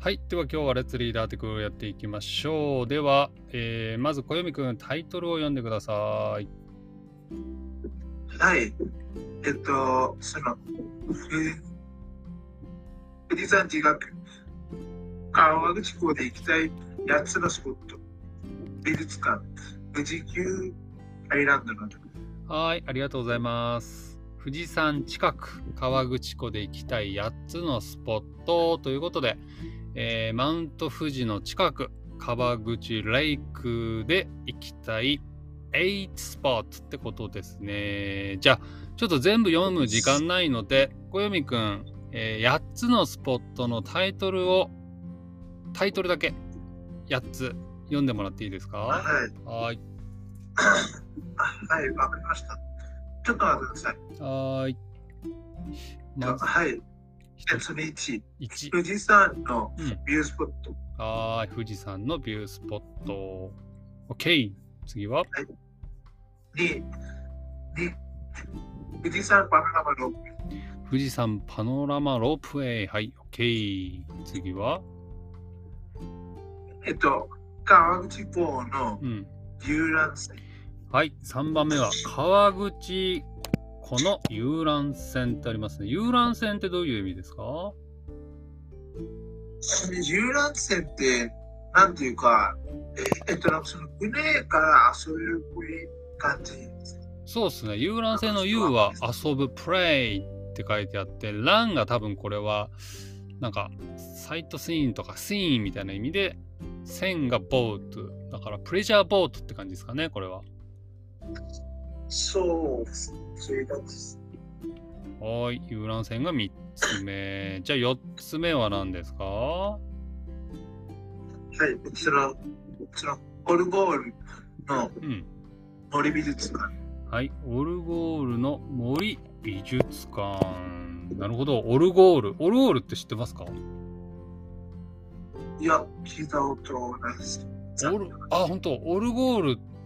はい。では今日はレッツリーダーテクをやっていきましょう。では、まず小読くんタイトルを読んでください。 はい。その、富士山地学、川口港で行きたい8つのスポット、美術館、富士急アイランドなど。 はい。ありがとうございます。富士山近く、川口湖で行きたい8つのスポットということで、マウント富士の近く、川口レイクで行きたい8スポットってことですね。じゃあ、ちょっと全部読む時間ないので、小読くん、8つのスポットのタイトルだけ8つ読んでもらっていいですか？ はい。 はい。 はい、わかりました。ちょっと待ってください。 はい。 はい。1つ目 1。 富士山のビュースポット。 はい。富士山のビュースポット。OK。次は、はい、 2、富士山パノラマロープウェイ。 富士山パノラマロープウェイ。はい。OK。次は、 川口港の遊覧船。 はい。3番目は、川口湖の遊覧船ってありますね。遊覧船ってどういう意味ですか？ 遊覧船って、なんていうか、その船から遊べるっぽい感じですか？ そうですね。遊覧船の U は遊ぶ、プレイって書いてあって、ランが多分これは、なんか、サイトシーンとかシーンみたいな意味で、船がボート。だから、プレジャーボートって感じですかね、これは。 そうです。そういう感じです。 はい。遊覧船が3つ目。じゃあ4つ目は何ですか？はい。そのオルゴールの森美術館。 はい。オルゴールの森美術館。なるほど。オルゴール。オルゴールって知ってますか？ いや、聞いたことないです。 本当。オルゴールって、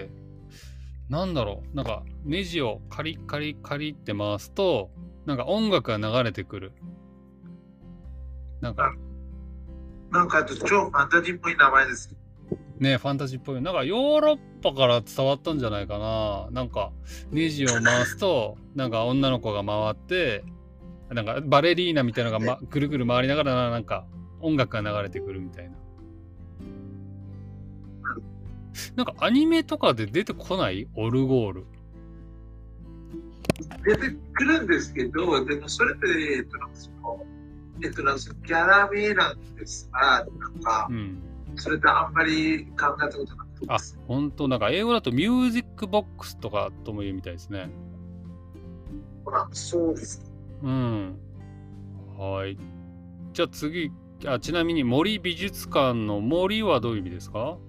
なんだろう。なんか、ネジをカリカリカリって回すと、なんか音楽が流れてくる。なんか超ファンタジーっぽい名前です。 ね、ファンタジーっぽい。なんかヨーロッパから伝わったんじゃないかな。なんかネジを回すと、なんか女の子が回って、なんかバレリーナみたいなのが、ぐるぐる回りながらなんか音楽が流れてくるみたいな。なんかアニメとかで出てこない？オルゴール。 出てくるんですけど、でもそれって、ギャラメなんですが、なんか、それってあんまり考えたことなくて。 あ、本当なんか英語だとミュージックボックスとかとも言うみたいですね。 そうです。 はい。じゃあ次、ちなみに森美術館の森はどういう意味ですか？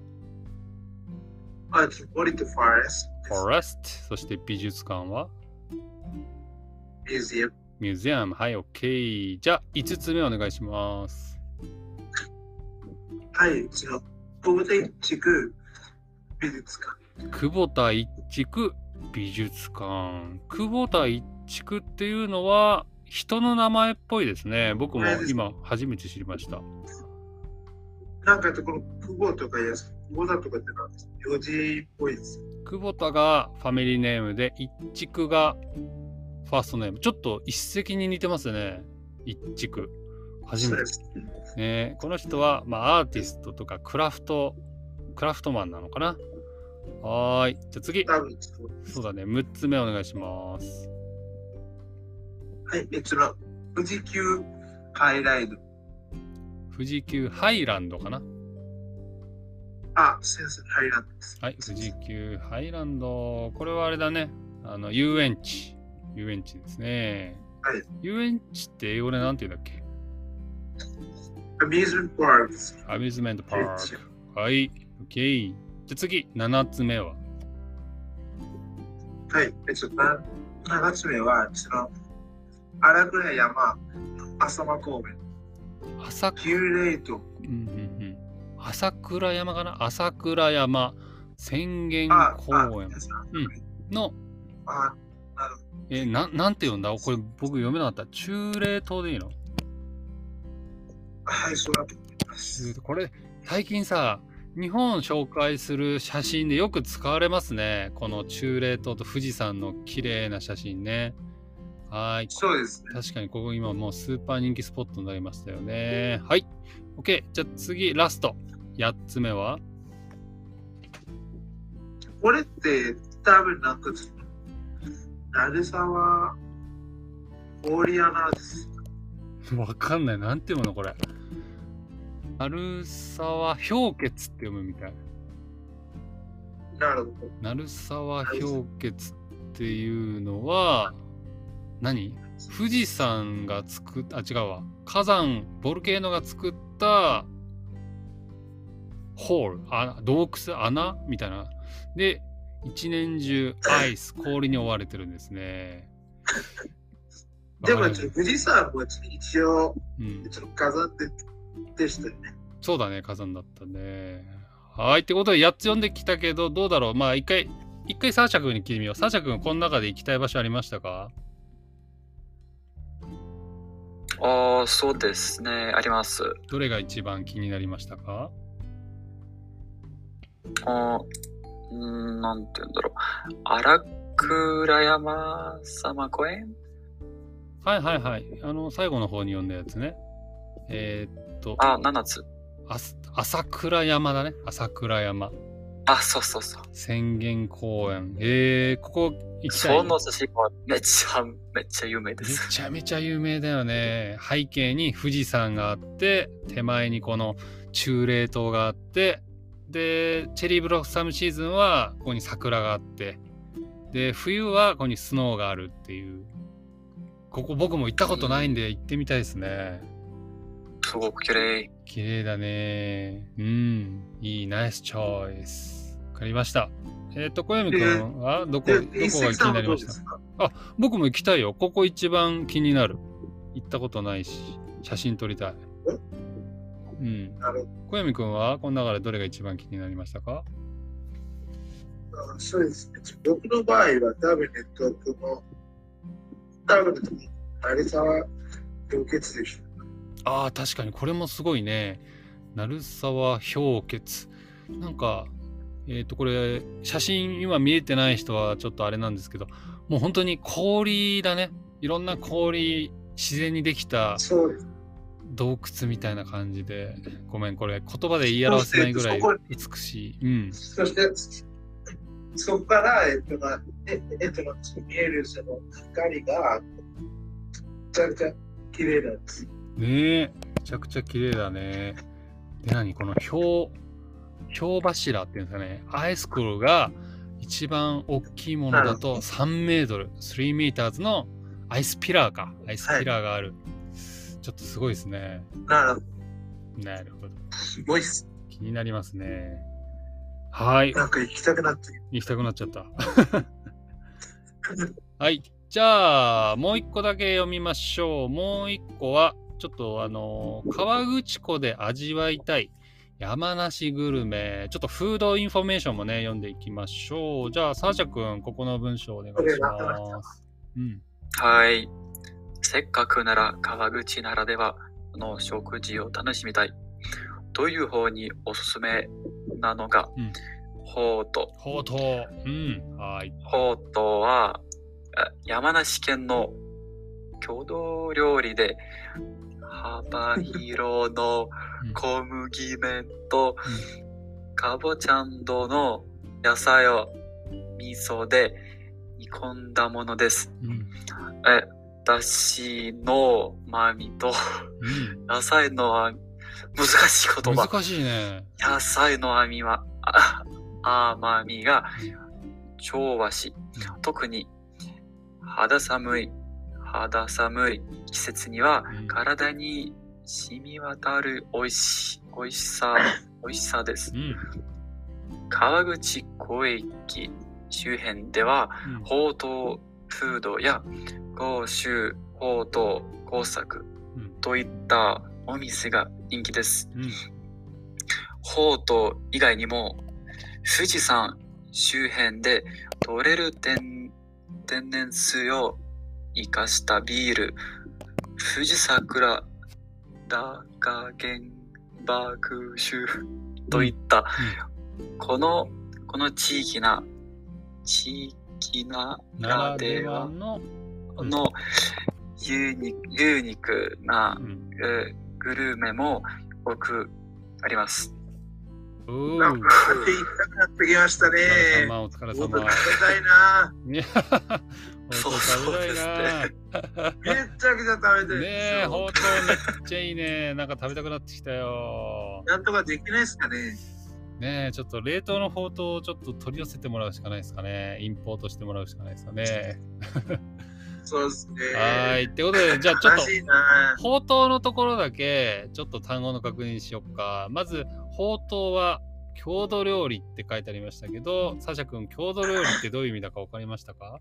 森とフォレスト。 フォレスト。そして美術館はミュージアム。 ミュージアム。はい、OK。じゃあ5つ目お願いします。 はい、久保田一区美術館。 久保田一区美術館。久保田一区っていうのは人の名前っぽいですね。僕も今初めて知りました。 なんかこの久保とか久保田とかってなんですか？名字っぽいです。 久保田がファミリーネームで一区がファーストネーム。ちょっと一石に似てますね。一区。初めて。ね、この人は、アーティストとかクラフトマンなのかな。はい。じゃあ次。そうだね。6つ目お願いします。 はい。富士急ハイランド。 富士急ハイランドかな。 先生、ハイランドです。 はい。富士急ハイランド。これはあれだね。遊園地ですね。 はい。 遊園地って英語でなんて言うんだっけ？ アミューズメントパークです。 アミューズメントパーク。はい。OK。じゃあ次、7つ目は？ はい。7つ目は、荒倉山、浅間公園。キューレート。 朝倉山かな？朝倉山浅間公園の、なんて読んだ？これ僕読めなかった。忠霊島でいいの？ は最初だと思います。 これ最近さ、日本紹介する写真でよく使われますね。この中冷島と富士山の綺麗な写真ね。はい。 そうですね。 確かにここ今もうスーパー人気スポットになりましたよね。はい。OK。じゃあ次、ラスト。8つ目はこれって多分なんか、鳴沢氷穴です。 わかんない。なんて読むのこれ。鳴沢氷結って読むみたい。 なるほど。 鳴沢氷結っていうのは、何？富士山が作った、違うわ。火山、ボルケーノが作ったホール、洞窟、穴みたいな。で、一年中アイス、氷に覆われてるんですね。 でも、富士山も一応、火山でしたよね。 そうだね、火山だったね。はい、ってことで8つ読んできたけど、どうだろう。まあ、一回サーシャ君に聞いてみよう。サーシャ君、この中で行きたい場所ありましたか？ そうですね、あります。 どれが一番気になりましたか？ なんて言うんだろう。荒倉山様公園？ はいはいはい。最後の方に読んだやつね。 7つ。 朝倉山だね。朝倉山。 そうそうそう。 浅間公園。ここ行きたい。 その写真はめっちゃ有名です。 めちゃめちゃ有名だよね。背景に富士山があって、手前にこの中冷島があって、で、チェリーブロッサムシーズンはここに桜があって、で、冬はここにスノーがあるっていう。ここ僕も行ったことないんで行ってみたいですね。 すごく綺麗。 綺麗だね。いい、ナイスチョイス。わかりました。小山くんはどこが気になりました？僕も行きたいよ。ここ一番気になる。行ったことないし、写真撮りたい。小山くんはこの中でどれが一番気になりましたか？ そうですね。僕の場合は多分鳴沢氷結でした。 確かにこれもすごいね。鳴沢氷結。なんか、これ、写真今見えてない人はちょっとあれなんですけど、もう本当に氷だね。いろんな氷、自然にできた洞窟みたいな感じで、ごめん、これ言葉で言い表せないぐらい美しい。 そして、そこから、見えるその光が、めちゃくちゃ綺麗なんです。 ねえ、めちゃくちゃ綺麗だね。で、この氷柱っていうんですかね、アイスクールが一番大きいものだと3メートル、3メーターズのアイスピラーがある。ちょっとすごいですね。 なるほど。すごいっす。 気になりますね。はい。 なんか行きたくなっちゃった。はい。じゃあ、もう一個だけ読みましょう。もう一個は、ちょっと河口湖で味わいたい山梨グルメ。ちょっとフードインフォメーションもね、読んでいきましょう。じゃあ、サーシャ君、ここの文章お願いします。 はい。せっかくなら川口ならではの食事を楽しみたいという方におすすめなのが、ほうとう。 はい。 ほうとうは山梨県の郷土料理で幅広の小麦麺とかぼちゃんどの野菜を味噌で煮込んだものです。だしの甘みと野菜の難しい言葉。 難しいね。 野菜の甘みが調和し、特に肌寒い季節には体に染み渡る美味しさです。川口湖駅周辺では、ほうとうフードや甲州ほうとう工作といったお店が人気です。ほうとう以外にも富士山周辺で採れる天然水を生かしたビール、富士桜ダカゲンバグシュといった、この地域なならではのユニークな、グルメも多くあります。 なんか行きたくなってきましたね。 お疲れ様。 食べたいな。 そうですね。 めっちゃくちゃ食べたい。 ねえ、ほうとうめっちゃいいね。なんか食べたくなってきたよ。 なんとかできないですかね。 ねえ、ちょっと冷凍のほうとうをちょっと取り寄せてもらうしかないですかね。インポートしてもらうしかないですかね。 そうですね。 はい。ってことで、じゃあちょっと、ほうとうのところだけ、ちょっと単語の確認しよっか。まず、ほうとうは郷土料理って書いてありましたけど、サシャ君、郷土料理ってどういう意味だか分かりましたか？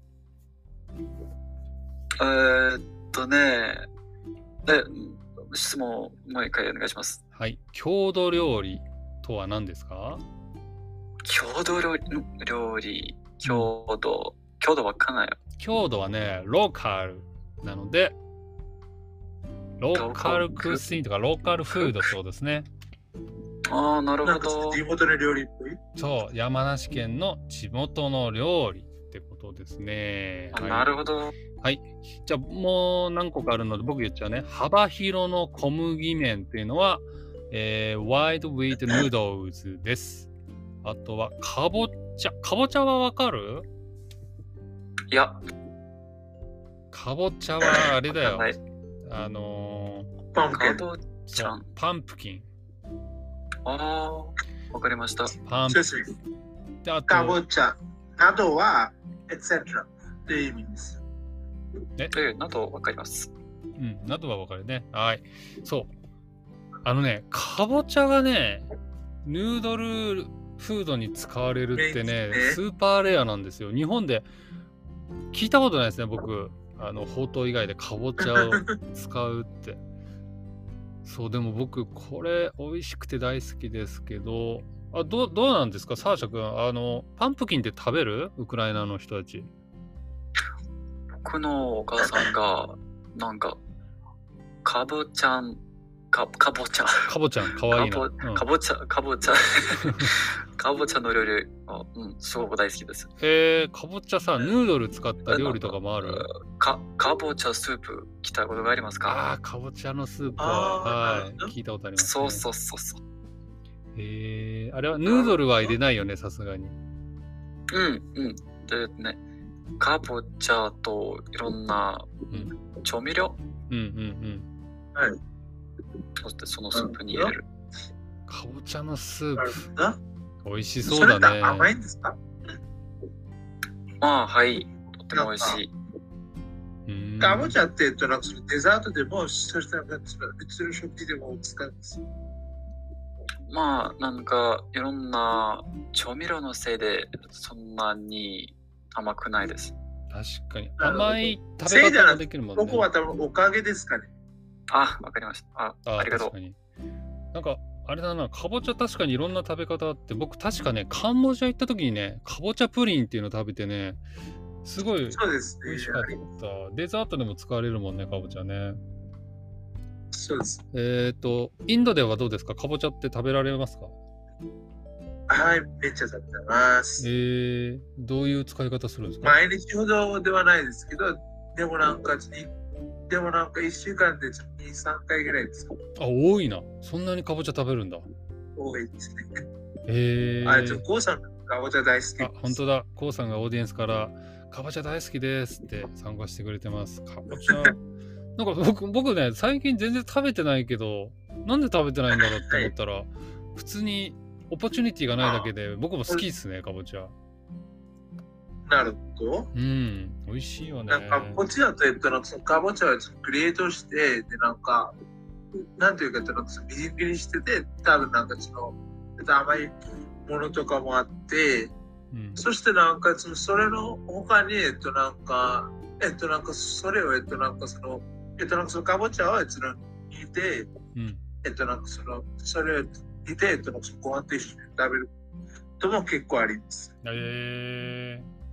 質問もう一回お願いします。 はい。郷土料理とは何ですか？ 郷土料理、郷土わかんないよ。 郷土はね、ローカルなので、ローカルクスイーンとかローカルフードそうですね。 ああ、なるほど。 地元の料理っぽい？ そう、山梨県の地元の料理ってことですね。 はい、なるほど。 はい。じゃあもう何個かあるので僕言っちゃうね。幅広の小麦麺っていうのは、Wide Wheat Noodles です。あとはかぼちゃ。かぼちゃはわかる？ いや。 かぼちゃはあれだよ。 パンプキン。 パンプキン。 ああ、わかりました。 パンプキン。で、あとかぼちゃなどは、etc. っていう意味です。 などわかります。 うん、などはわかるね。はい。そう。かぼちゃがね、ヌードルフードに使われるってね、スーパーレアなんですよ。日本で聞いたことないですね、僕。ほうとう以外でかぼちゃを使うって。そう、でも僕、これ美味しくて大好きですけど、どうなんですか、サーシャ君。パンプキンって食べる？ウクライナの人たち。 僕のお母さんが、なんか、かぼちゃん、かぼちゃん、かわいいな。かぼちゃの料理、すごく大好きです。 かぼちゃさ、ヌードル使った料理とかもある？ かぼちゃスープ来たことがありますか？ かぼちゃのスープは、はい、聞いたことあります、ね。 そう。 あれはヌードルは入れないよね、さすがに。 でね、かぼちゃといろんな調味料。 はい。 そしてそのスープに入れる。 かぼちゃのスープ。美味しそうだね。 甘いんですか？ はい。とっても美味しい。 かぼちゃってなんかそのデザートでも、そしたら普通の食事でも使うんですよ。 なんかいろんな調味料のせいでそんなに甘くないです。 確かに。甘い食べ方ができるもんね。 ここは多分おかげですかね。 わかりました。ありがとう。 なんか、あれだな、かぼちゃ確かにいろんな食べ方あって、僕確かね、カンボジア行った時にね、かぼちゃプリンっていうの食べてね、すごい美味しかった。デザートでも使われるもんね、かぼちゃね。 そうです。 インドではどうですか？かぼちゃって食べられますか？ はい、めっちゃ食べてます。 どういう使い方するんですか？ 毎日ほどではないですけど、でもなんか1週間で2、3回ぐらいですか。 多いな。そんなにかぼちゃ食べるんだ。 多いですね。コウさん、かぼちゃ大好きです。 本当だ。コウさんがオーディエンスから、かぼちゃ大好きですって参加してくれてます。かぼちゃ。なんか僕ね、最近全然食べてないけど、なんで食べてないんだろうって思ったら、普通にオポチュニティがないだけで、僕も好きですね、かぼちゃ。 なるほど。 美味しいよね。 なんかこっちだとかぼちゃをクリエイトして、でなんていうかみじん切りしてて、多分甘いものとかもあって、そしてそれの他にそれをそのかぼちゃを煮て、それを煮てご飯と一緒に食べるとも結構あります。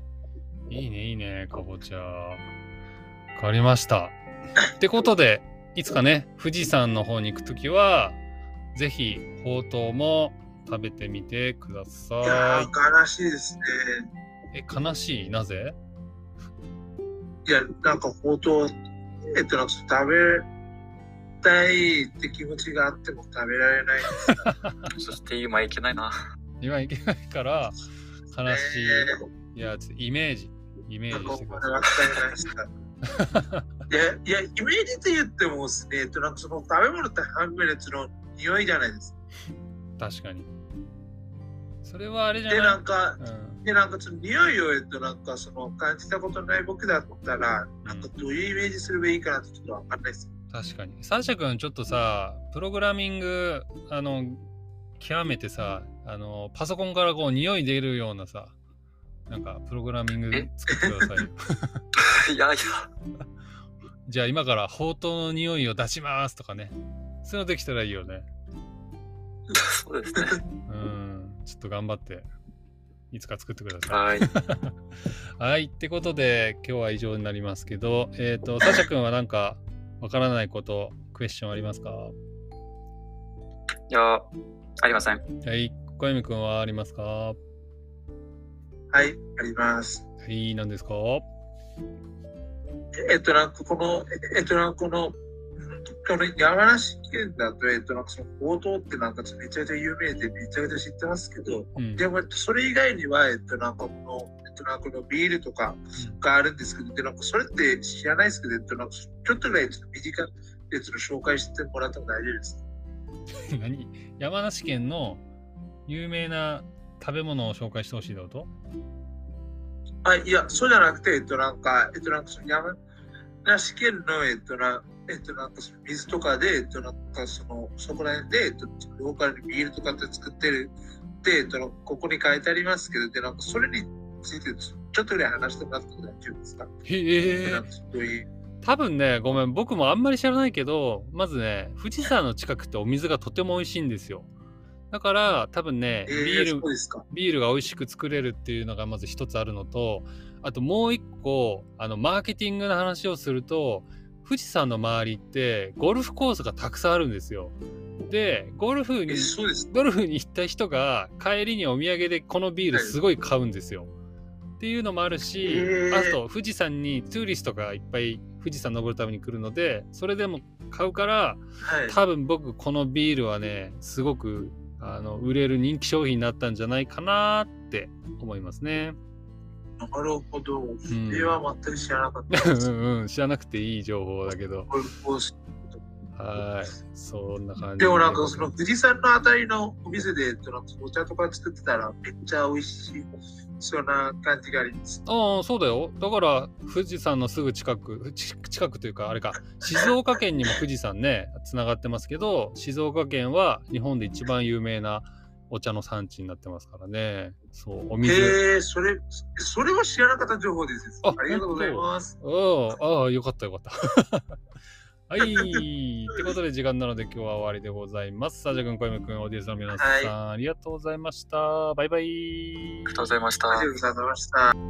いいね、かぼちゃ。わかりました。ってことで、 いつかね、富士山の方に行くときは、ぜひ、ほうとうも食べてみてくださいやい。 ー、悲しいですね。 悲しい？なぜ？ いや、なんかほうとう、なんか食べたいって気持ちがあっても食べられないです。 そして今いけないな。 今行けないから悲しい。いや、ちょっとイメージなんかしてくだお金は使えないですか。いや、イメージって言ってもですね、なんかその食べ物って半分の匂いじゃないですか。 確かに。それはあれじゃで、 ない？ なんか、なんかその匂いをなんかその感じたことない僕だったら、なんかどういうイメージすればいいかなってちょっとわかんないです。 確かに。サーシャ君ちょっとさ、プログラミング極めてさ、パソコンからこう匂い出るようなさ、なんかプログラミング作ってくださいよ。 いやいや。 じゃあ今からほうとうの匂いを出しますとかね。そういうのできたらいいよね。 そうですね。 ちょっと頑張っていつか作ってくださはい。 い。はい、ってことで今日は以上になりますけど、サーシャ君はなんかわからないこと、クエスチョンありますか？ いや、ありません。 はい、小泉君はありますか？ははい、あります。 い、何ですか？ なんかこの山梨県だと、なんかそのほうとうってなんかめちゃめちゃ有名でめちゃめちゃ知ってますけど、でもそれ以外には、なんかこのビールとかがあるんですけど、でなんかそれって知らないですけど、なんかちょっとぐらい短い紹介してもらっても大丈夫ですか？ 何？山梨県の有名な食べ物を紹介してほしいってこと？ いや、そうじゃなくて、なんかその山梨県の、なんかその水とかで、なんかそこら辺で、ローカルにビールとかって作ってるって、ここに書いてありますけど、で、なんかそれについてちょっとぐらい話してもらっても大丈夫ですか？ 多分ね、ごめん、僕もあんまり知らないけど、まずね、富士山の近くってお水がとても美味しいんですよ。だから多分ね、ビールが美味しく作れるっていうのがまず一つあるのと、あともう一個、マーケティングの話をすると、富士山の周りってゴルフコースがたくさんあるんですよ。で、ゴルフに行った人が帰りにお土産でこのビールすごい買うんですよ。っていうのもあるし、あと富士山にツーリストがいっぱい富士山登るために来るので、それでも買うから、多分僕このビールはね、すごく売れる人気商品になったんじゃないかなって思いますね。 なるほど。それは全く知らなかったです。 知らなくていい情報だけど。はい、そんな感じでもなんかその富士山のあたりのお店でお茶とか作ってたらめっちゃ美味しいそんな感じがあります。 ああ、そうだよ。だから富士山のすぐ近くというかあれか、静岡県にも富士山ねつながってますけど、静岡県は日本で一番有名なお茶の産地になってますからね。そう、お水。 それは知らなかった情報です。ありがとうございます。 ああ、よかったよかった。はい。ってことで時間なので今日は終わりでございます。サージャ君、小山君、オーディエンスの皆さん、ありがとうございました。バイバイ。 ありがとうございました。 ありがとうございました。